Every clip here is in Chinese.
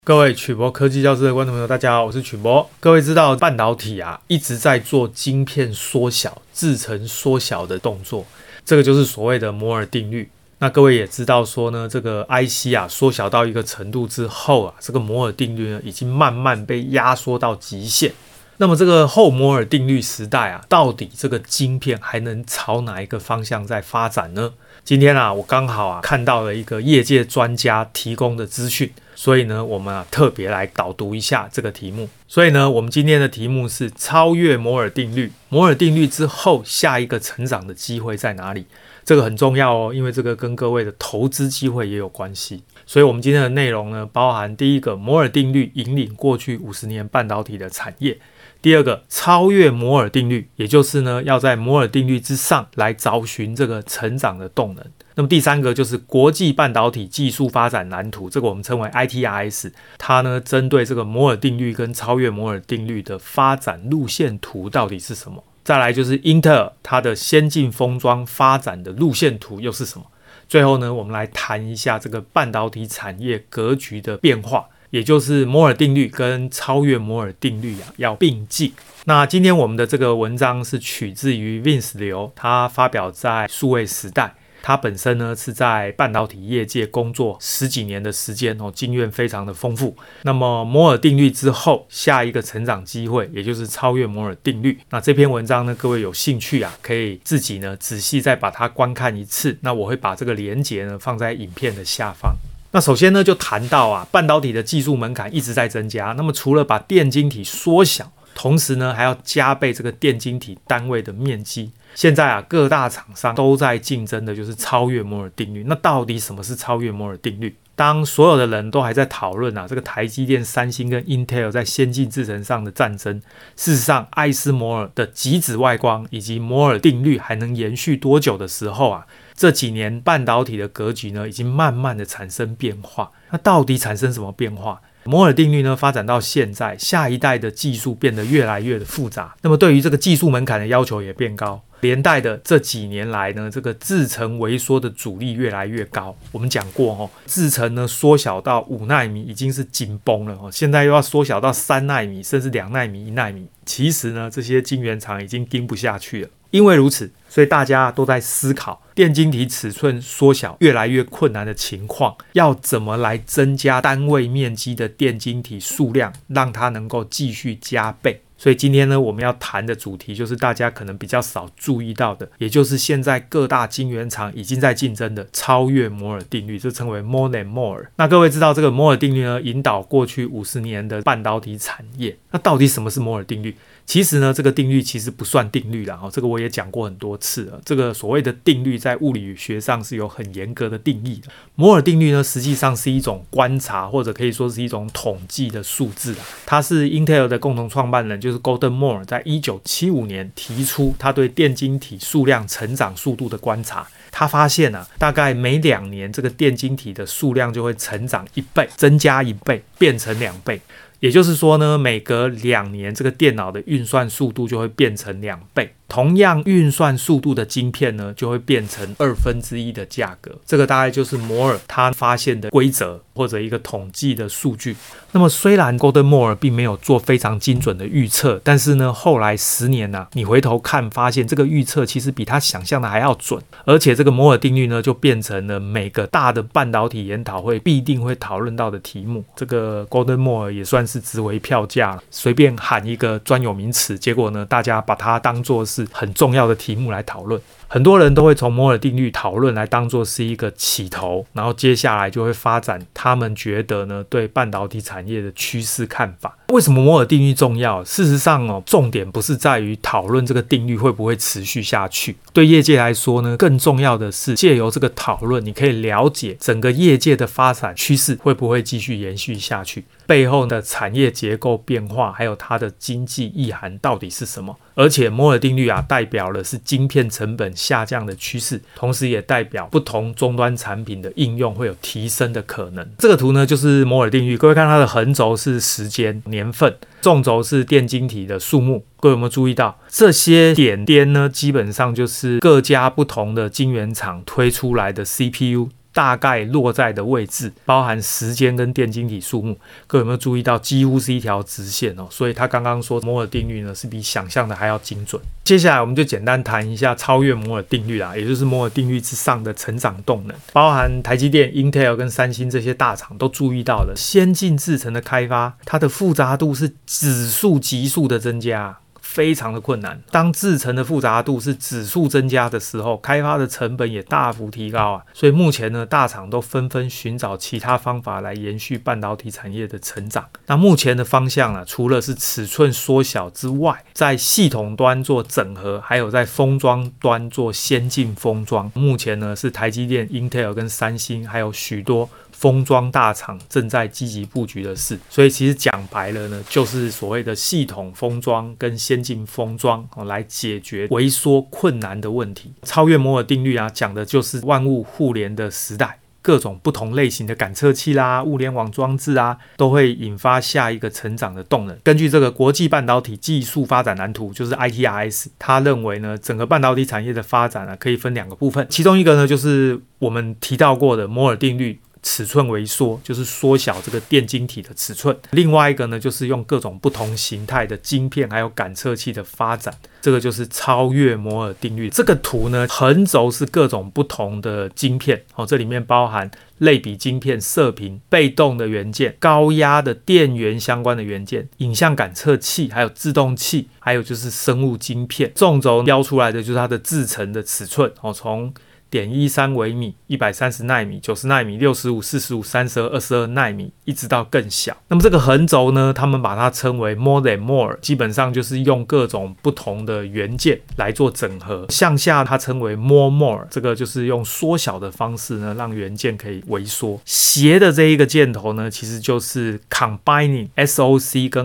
各位曲博科技教室的观众朋友，大家好，我是曲博。各位知道半导体一直在做晶片缩小、制程缩小的动作，这个就是所谓的摩尔定律。那各位也知道说呢，这个 IC 缩小到一个程度之后这个摩尔定律呢已经慢慢被压缩到极限。那么这个后摩尔定律时代到底这个晶片还能朝哪一个方向在发展呢？今天我刚好看到了一个业界专家提供的资讯，所以呢我们特别来导读一下这个题目。所以呢我们今天的题目是超越摩尔定律，摩尔定律之后下一个成长的机会在哪里？这个很重要因为这个跟各位的投资机会也有关系。所以我们今天的内容呢包含第一个，摩尔定律引领过去50年半导体的产业；第二个，超越摩尔定律，也就是呢要在摩尔定律之上来找寻这个成长的动能。那么第三个就是国际半导体技术发展蓝图，这个我们称为 ITRS， 它呢针对这个摩尔定律跟超越摩尔定律的发展路线图到底是什么。再来就是英特尔它的先进封装发展的路线图又是什么。最后呢我们来谈一下这个半导体产业格局的变化，也就是摩尔定律跟超越摩尔定律要并进。那今天我们的这个文章是取自于 Vince 刘，他发表在数位时代。他本身呢是在半导体业界工作10几年的时间经验非常的丰富。那么摩尔定律之后下一个成长机会，也就是超越摩尔定律。那这篇文章呢各位有兴趣可以自己呢仔细再把它观看一次。那我会把这个连结呢放在影片的下方。那首先呢就谈到半导体的技术门槛一直在增加，那么除了把电晶体缩小，同时呢还要加倍这个电晶体单位的面积。现在各大厂商都在竞争的就是超越摩尔定律。那到底什么是超越摩尔定律？当所有的人都还在讨论这个台积电、三星跟 Intel 在先进制程上的战争，事实上艾斯摩尔的极紫外光以及摩尔定律还能延续多久的时候这几年半导体的格局呢已经慢慢的产生变化。那到底产生什么变化？摩尔定律呢发展到现在，下一代的技术变得越来越的复杂，那么对于这个技术门槛的要求也变高，连带的这几年来呢，这个制程微缩的阻力越来越高。我们讲过制程呢缩小到5奈米已经是紧绷了现在又要缩小到3奈米甚至2奈米、1奈米。其实呢这些晶圆厂已经盯不下去了。因为如此，所以大家都在思考电晶体尺寸缩小越来越困难的情况，要怎么来增加单位面积的电晶体数量，让它能够继续加倍。所以今天呢我们要谈的主题就是大家可能比较少注意到的，也就是现在各大晶圆厂已经在竞争的超越摩尔定律，这称为 more than more。 那各位知道这个摩尔定律呢引导过去50年的半导体产业。那到底什么是摩尔定律？其实呢这个定律其实不算定律啦这个我也讲过很多次了。这个所谓的定律在物理学上是有很严格的定义的。摩尔定律呢实际上是一种观察，或者可以说是一种统计的数字它是 Intel 的共同创办人就是 Gordon Moore 在1975年提出他对电晶体数量成长速度的观察。他发现大概每2年这个电晶体的数量就会成长1倍，增加1倍，变成2倍。也就是说呢每隔2年这个电脑的运算速度就会变成2倍，同样运算速度的晶片呢就会变成1/2的价格。这个大概就是摩尔他发现的规则或者一个统计的数据。那么虽然 Gordon Moore 并没有做非常精准的预测，但是呢后来10年你回头看发现这个预测其实比他想象的还要准，而且这个摩尔定律呢就变成了每个大的半导体研讨会必定会讨论到的题目。这个 Gordon Moore 也算是值回票价了，随便喊一个专有名词，结果呢大家把它当作是很重要的题目来讨论。很多人都会从摩尔定律讨论来当作是一个起头，然后接下来就会发展他们觉得呢对半导体产业的趋势看法。为什么摩尔定律重要？事实上重点不是在于讨论这个定律会不会持续下去，对业界来说呢更重要的是借由这个讨论你可以了解整个业界的发展趋势会不会继续延续下去，背后的产业结构变化还有它的经济意涵到底是什么。而且摩尔定律代表的是晶片成本下降的趋势，同时也代表不同终端产品的应用会有提升的可能。这个图呢就是摩尔定律，各位看它的横轴是时间年份，纵轴是电晶体的数目。各位有没有注意到这些点点呢基本上就是各家不同的晶圆厂推出来的 CPU 大概落在的位置，包含时间跟电晶体数目，各位有没有注意到几乎是一条直线哦？所以他刚刚说摩尔定律呢是比想象的还要精准。接下来我们就简单谈一下超越摩尔定律啦，也就是摩尔定律之上的成长动能，包含台积电、Intel 跟三星这些大厂都注意到了，先进制程的开发，它的复杂度是指数级数的增加。非常的困难。当制程的复杂度是指数增加的时候，开发的成本也大幅提高啊。所以目前呢，大厂都纷纷寻找其他方法来延续半导体产业的成长。那目前的方向啊，除了是尺寸缩小之外，在系统端做整合，还有在封装端做先进封装。目前呢，是台积电、Intel 跟三星，还有许多封装大厂正在积极布局的事。所以其实讲白了呢，就是所谓的系统封装跟先进封装来解决微缩困难的问题。超越摩尔定律啊，讲的就是万物互联的时代，各种不同类型的感测器啦、物联网装置啊，都会引发下一个成长的动能。根据这个国际半导体技术发展蓝图，就是 ITRS， 他认为呢，整个半导体产业的发展啊，可以分两个部分，其中一个呢，就是我们提到过的摩尔定律。尺寸微缩就是缩小这个电晶体的尺寸，另外一个呢就是用各种不同形态的晶片还有感测器的发展，这个就是超越摩尔定律。这个图呢，横轴是各种不同的晶片，这里面包含类比晶片、射频、被动的元件、高压的电源相关的元件、影像感测器，还有自动器，还有就是生物晶片。纵轴标出来的就是它的制程的尺寸，从0.13微米、130奈米、90奈米、65、45、32、22奈米，一直到更小。那么这个横轴呢，他们把它称为 more than more， 基本上就是用各种不同的元件来做整合。向下它称为 more， 这个就是用缩小的方式呢，让元件可以微缩。斜的这一个箭头呢，其实就是 combining SOC 跟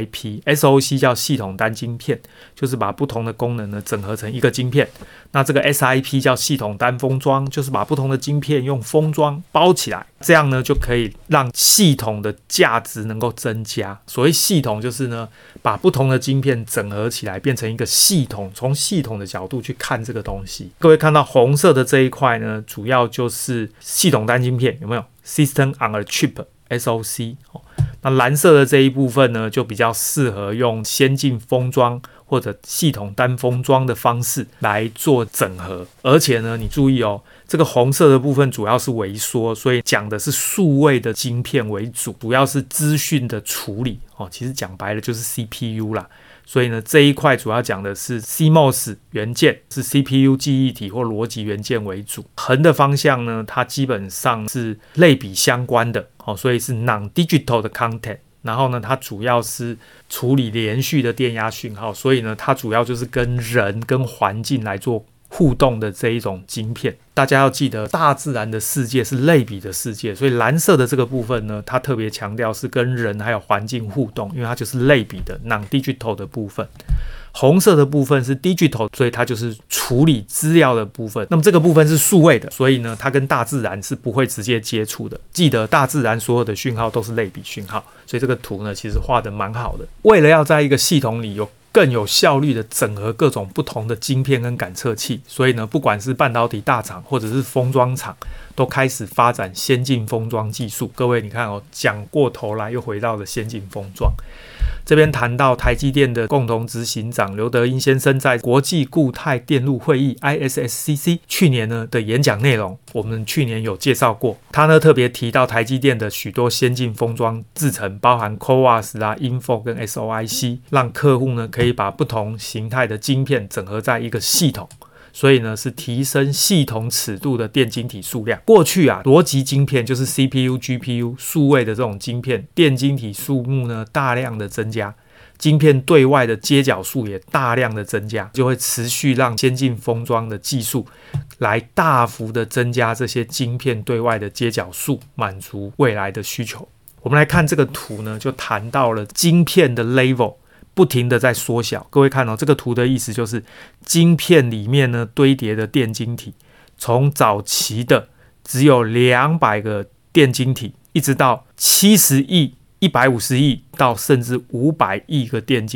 SIP。SOC 叫系统单晶片，就是把不同的功能呢整合成一个晶片。那这个 SIP 叫系统单封装，就是把不同的晶片用封装包起来，这样呢就可以让系统的价值能够增加。所谓系统就是呢，把不同的晶片整合起来变成一个系统，从系统的角度去看这个东西。各位看到红色的这一块呢，主要就是系统单晶片，有没有 System on a Chip SOC。那蓝色的这一部分呢，就比较适合用先进封装或者系统单封装的方式来做整合。而且呢，你注意哦，这个红色的部分主要是微缩，所以讲的是数位的晶片为主，主要是资讯的处理其实讲白了就是 CPU 啦。所以呢，这一块主要讲的是 CMOS 元件，是 CPU 记忆体或逻辑元件为主。横的方向呢，它基本上是类比相关的所以是 non-digital 的 content。然后呢，它主要是处理连续的电压讯号，所以呢，它主要就是跟人跟环境来做互动的这一种晶片。大家要记得，大自然的世界是类比的世界，所以蓝色的这个部分呢，它特别强调是跟人还有环境互动，因为它就是类比的 non-digital 的部分。红色的部分是 digital， 所以它就是处理资料的部分。那么这个部分是数位的，所以呢，它跟大自然是不会直接接触的。记得大自然所有的讯号都是类比讯号，所以这个图呢，其实画得蛮好的。为了要在一个系统里有更有效率的整合各种不同的晶片跟感测器，所以呢，不管是半导体大厂或者是封装厂，都开始发展先进封装技术。各位你看讲过头来又回到了先进封装。这边谈到台积电的共同执行长刘德音先生在国际固态电路会议 ISSCC 去年呢的演讲内容，我们去年有介绍过。他呢特别提到台积电的许多先进封装制程，包含 CoWoS 啦、InFO 跟 SOIC， 让客户呢可以把不同形态的晶片整合在一个系统。所以呢，是提升系统尺度的电晶体数量。过去啊，逻辑晶片就是 CPU、GPU 数位的这种晶片，电晶体数目呢大量的增加，晶片对外的接角数也大量的增加，就会持续让先进封装的技术来大幅的增加这些晶片对外的接角数，满足未来的需求。我们来看这个图呢，就谈到了晶片的 level。不停的在缩小，各位看这个图的意思就是晶片里面呢堆叠的电晶体，从早期的只有200个电晶体，一直到70亿、150亿到甚至500亿个电晶体。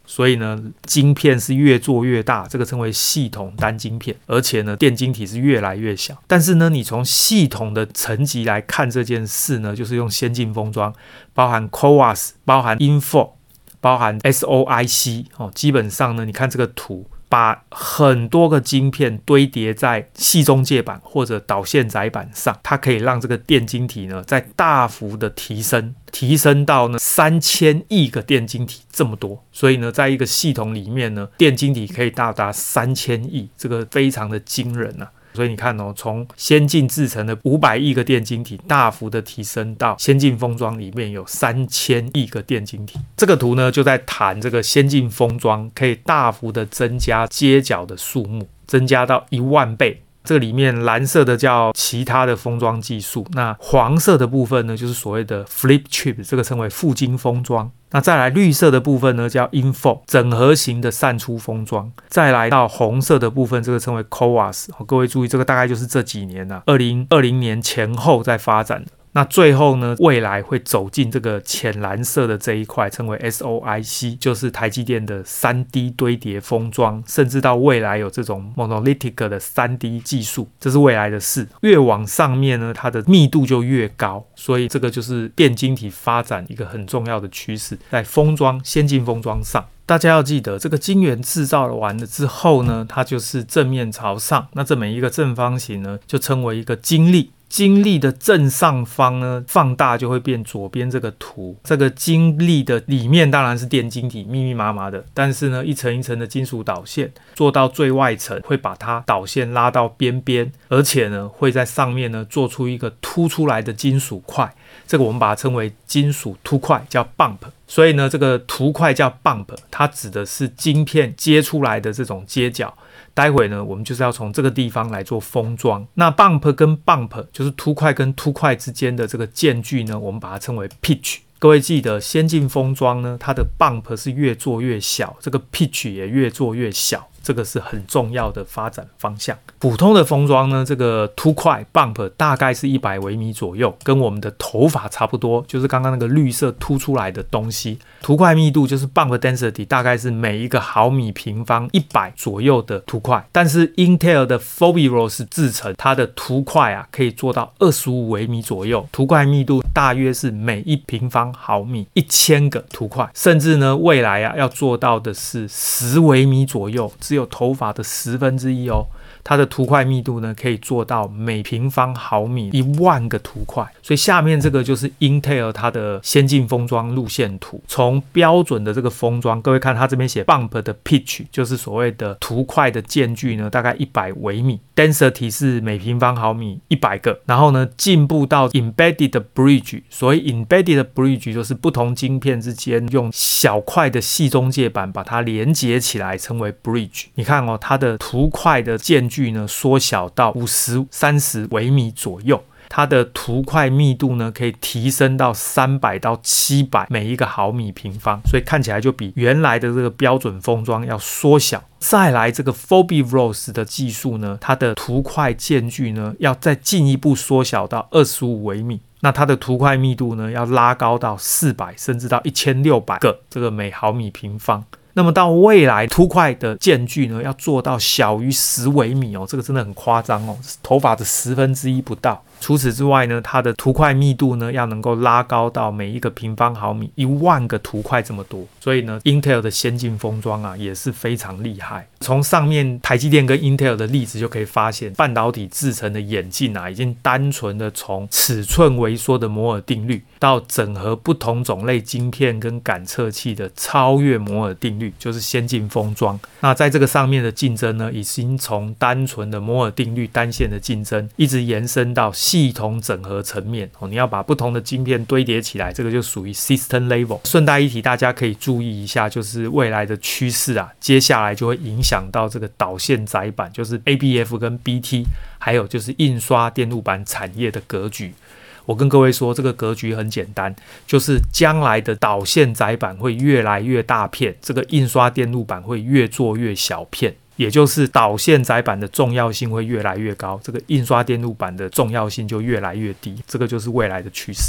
所以呢晶片是越做越大，这个称为系统单晶片，而且呢电晶体是越来越小。但是呢你从系统的层级来看这件事呢，就是用先进封装，包含 CoWoS， 包含 InFO， 包含 SOIC， 基本上呢你看这个图，把很多个晶片堆叠在系中介板或者导线载板上，它可以让这个电晶体呢在大幅的提升到呢3000亿个电晶体这么多。所以呢在一个系统里面呢，电晶体可以到达3000亿，这个非常的惊人啊。所以你看从先进制程的500亿个电晶体大幅的提升到先进封装里面有3000亿个电晶体。这个图呢就在谈这个先进封装可以大幅的增加接角的数目，增加到10000倍。这个里面蓝色的叫其他的封装技术，那黄色的部分呢就是所谓的 flip chip， 这个称为富晶封装。那再来绿色的部分呢叫 InFO， 整合型的散出封装。再来到红色的部分，这个称为 CoWoS， 各位注意，这个大概就是这几年2020年前后在发展的。那最后呢，未来会走进这个浅蓝色的这一块，称为 SOIC， 就是台积电的 3D 堆叠封装，甚至到未来有这种 monolithic 的 3D 技术，这是未来的事。越往上面呢，它的密度就越高，所以这个就是电晶体发展一个很重要的趋势，在封装、先进封装上。大家要记得，这个晶圆制造完了之后呢，它就是正面朝上，那这每一个正方形呢，就称为一个晶粒。晶粒的正上方呢，放大就会变左边这个图。这个晶粒的里面当然是电晶体，密密麻麻的，但是呢，一层一层的金属导线，做到最外层会把它导线拉到边边，而且呢，会在上面呢做出一个凸出来的金属块，这个我们把它称为金属凸块，叫 bump。所以呢，这个凸块叫 bump， 它指的是晶片接出来的这种接角。待会呢，我们就是要从这个地方来做封装。那 bump 跟 bump 就是凸块跟凸块之间的这个间距呢，我们把它称为 pitch。各位记得，先进封装呢，它的 bump 是越做越小，这个 pitch 也越做越小。这个是很重要的发展方向。普通的封装呢，这个凸块 bump 大概是100微米左右，跟我们的头发差不多，就是刚刚那个绿色凸出来的东西。凸块密度就是 bump density， 大概是每一个毫米平方100左右的凸块。但是 Intel 的 Foveros 制程，它的凸块可以做到25微米左右，凸块密度大约是每1平方毫米1000个凸块，甚至呢未来要做到的是10微米左右，只有头发的1/10哦。它的凸块密度呢，可以做到每平方毫米10000个凸块。所以下面这个就是 Intel 它的先进封装路线图。从标准的这个封装，各位看它这边写 bump 的 pitch， 就是所谓的凸块的间距呢，大概100微米。Density 是每平方毫米100个。然后呢，进步到 embedded bridge， 所谓 embedded bridge 就是不同晶片之间用小块的细中介板把它连接起来，称为 bridge。你看哦，它的凸块的间距呢缩小到50-30微米左右，它的凸块密度呢可以提升到300到700每一个毫米平方，所以看起来就比原来的这个标准封装要缩小。再来这个 Foveros 的技术呢，它的凸块间距呢要再进一步缩小到25微米。那它的凸块密度呢要拉高到400甚至到1600个这个每毫米平方。那么到未来凸块的间距呢要做到小于10微米哦，这个真的很夸张哦，头发的1/10不到。除此之外呢，它的凸块密度呢要能够拉高到每一个平方毫米10000个凸块这么多。所以呢 Intel 的先进封装也是非常厉害。从上面台积电跟 Intel 的例子就可以发现，半导体制程的演进已经单纯的从尺寸微缩的摩尔定律到整合不同种类晶片跟感测器的超越摩尔定律，就是先进封装。那在这个上面的竞争呢，已经从单纯的摩尔定律单线的竞争，一直延伸到系统整合层面。你要把不同的晶片堆叠起来，这个就属于 system level。顺带一提，大家可以注意一下，就是未来的趋势接下来就会影响到这个导线载板，就是 ABF 跟 BT， 还有就是印刷电路板产业的格局。我跟各位说，这个格局很简单，就是将来的导线载板会越来越大片，这个印刷电路板会越做越小片，也就是导线载板的重要性会越来越高，这个印刷电路板的重要性就越来越低，这个就是未来的趋势。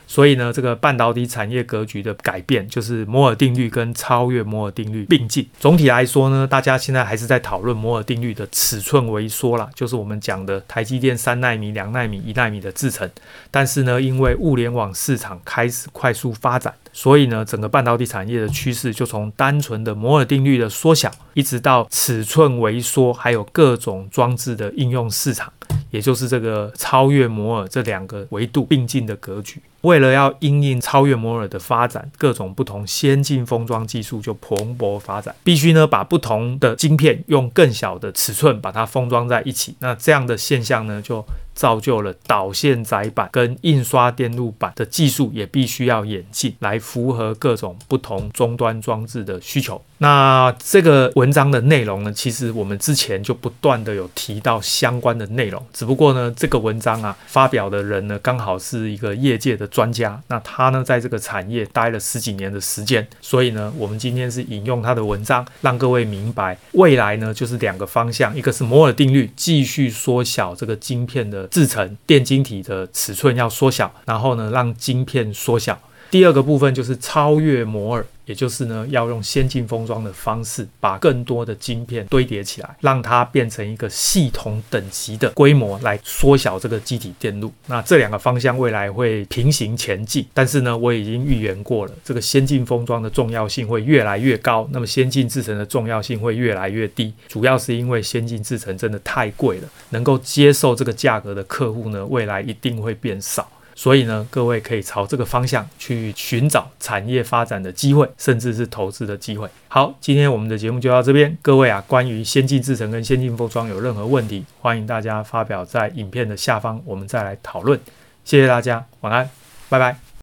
所以呢，这个半导体产业格局的改变，就是摩尔定律跟超越摩尔定律并进。总体来说呢，大家现在还是在讨论摩尔定律的尺寸微缩啦，就是我们讲的台积电3奈米、2奈米、1奈米的制程。但是呢，因为物联网市场开始快速发展，所以呢，整个半导体产业的趋势就从单纯的摩尔定律的缩小，一直到尺寸微缩，还有各种装置的应用市场，也就是这个超越摩尔这2个维度并进的格局。为了要因应超越摩尔的发展，各种不同先进封装技术就蓬勃发展，必须呢把不同的晶片用更小的尺寸把它封装在一起。那这样的现象呢，就造就了导线载板跟印刷电路板的技术也必须要演进，来符合各种不同终端装置的需求。那这个文章的内容呢，其实我们之前就不断的有提到相关的内容，只不过呢，这个文章啊发表的人呢，刚好是一个业界的专家，那他呢在这个产业待了10几年的时间，所以呢，我们今天是引用他的文章，让各位明白未来呢就是2个方向，一个是摩尔定律继续缩小这个晶片的制程，电晶体的尺寸要缩小，然后呢让晶片缩小。第2个部分就是超越摩尔，也就是呢要用先进封装的方式，把更多的晶片堆叠起来，让它变成一个系统等级的规模来缩小这个基体电路。那这2个方向未来会平行前进，但是呢我已经预言过了，这个先进封装的重要性会越来越高，那么先进制程的重要性会越来越低，主要是因为先进制程真的太贵了，能够接受这个价格的客户呢未来一定会变少。所以呢，各位可以朝这个方向去寻找产业发展的机会，甚至是投资的机会。好，今天我们的节目就到这边。各位啊，关于先进制程跟先进封装有任何问题，欢迎大家发表在影片的下方，我们再来讨论。谢谢大家，晚安，拜拜。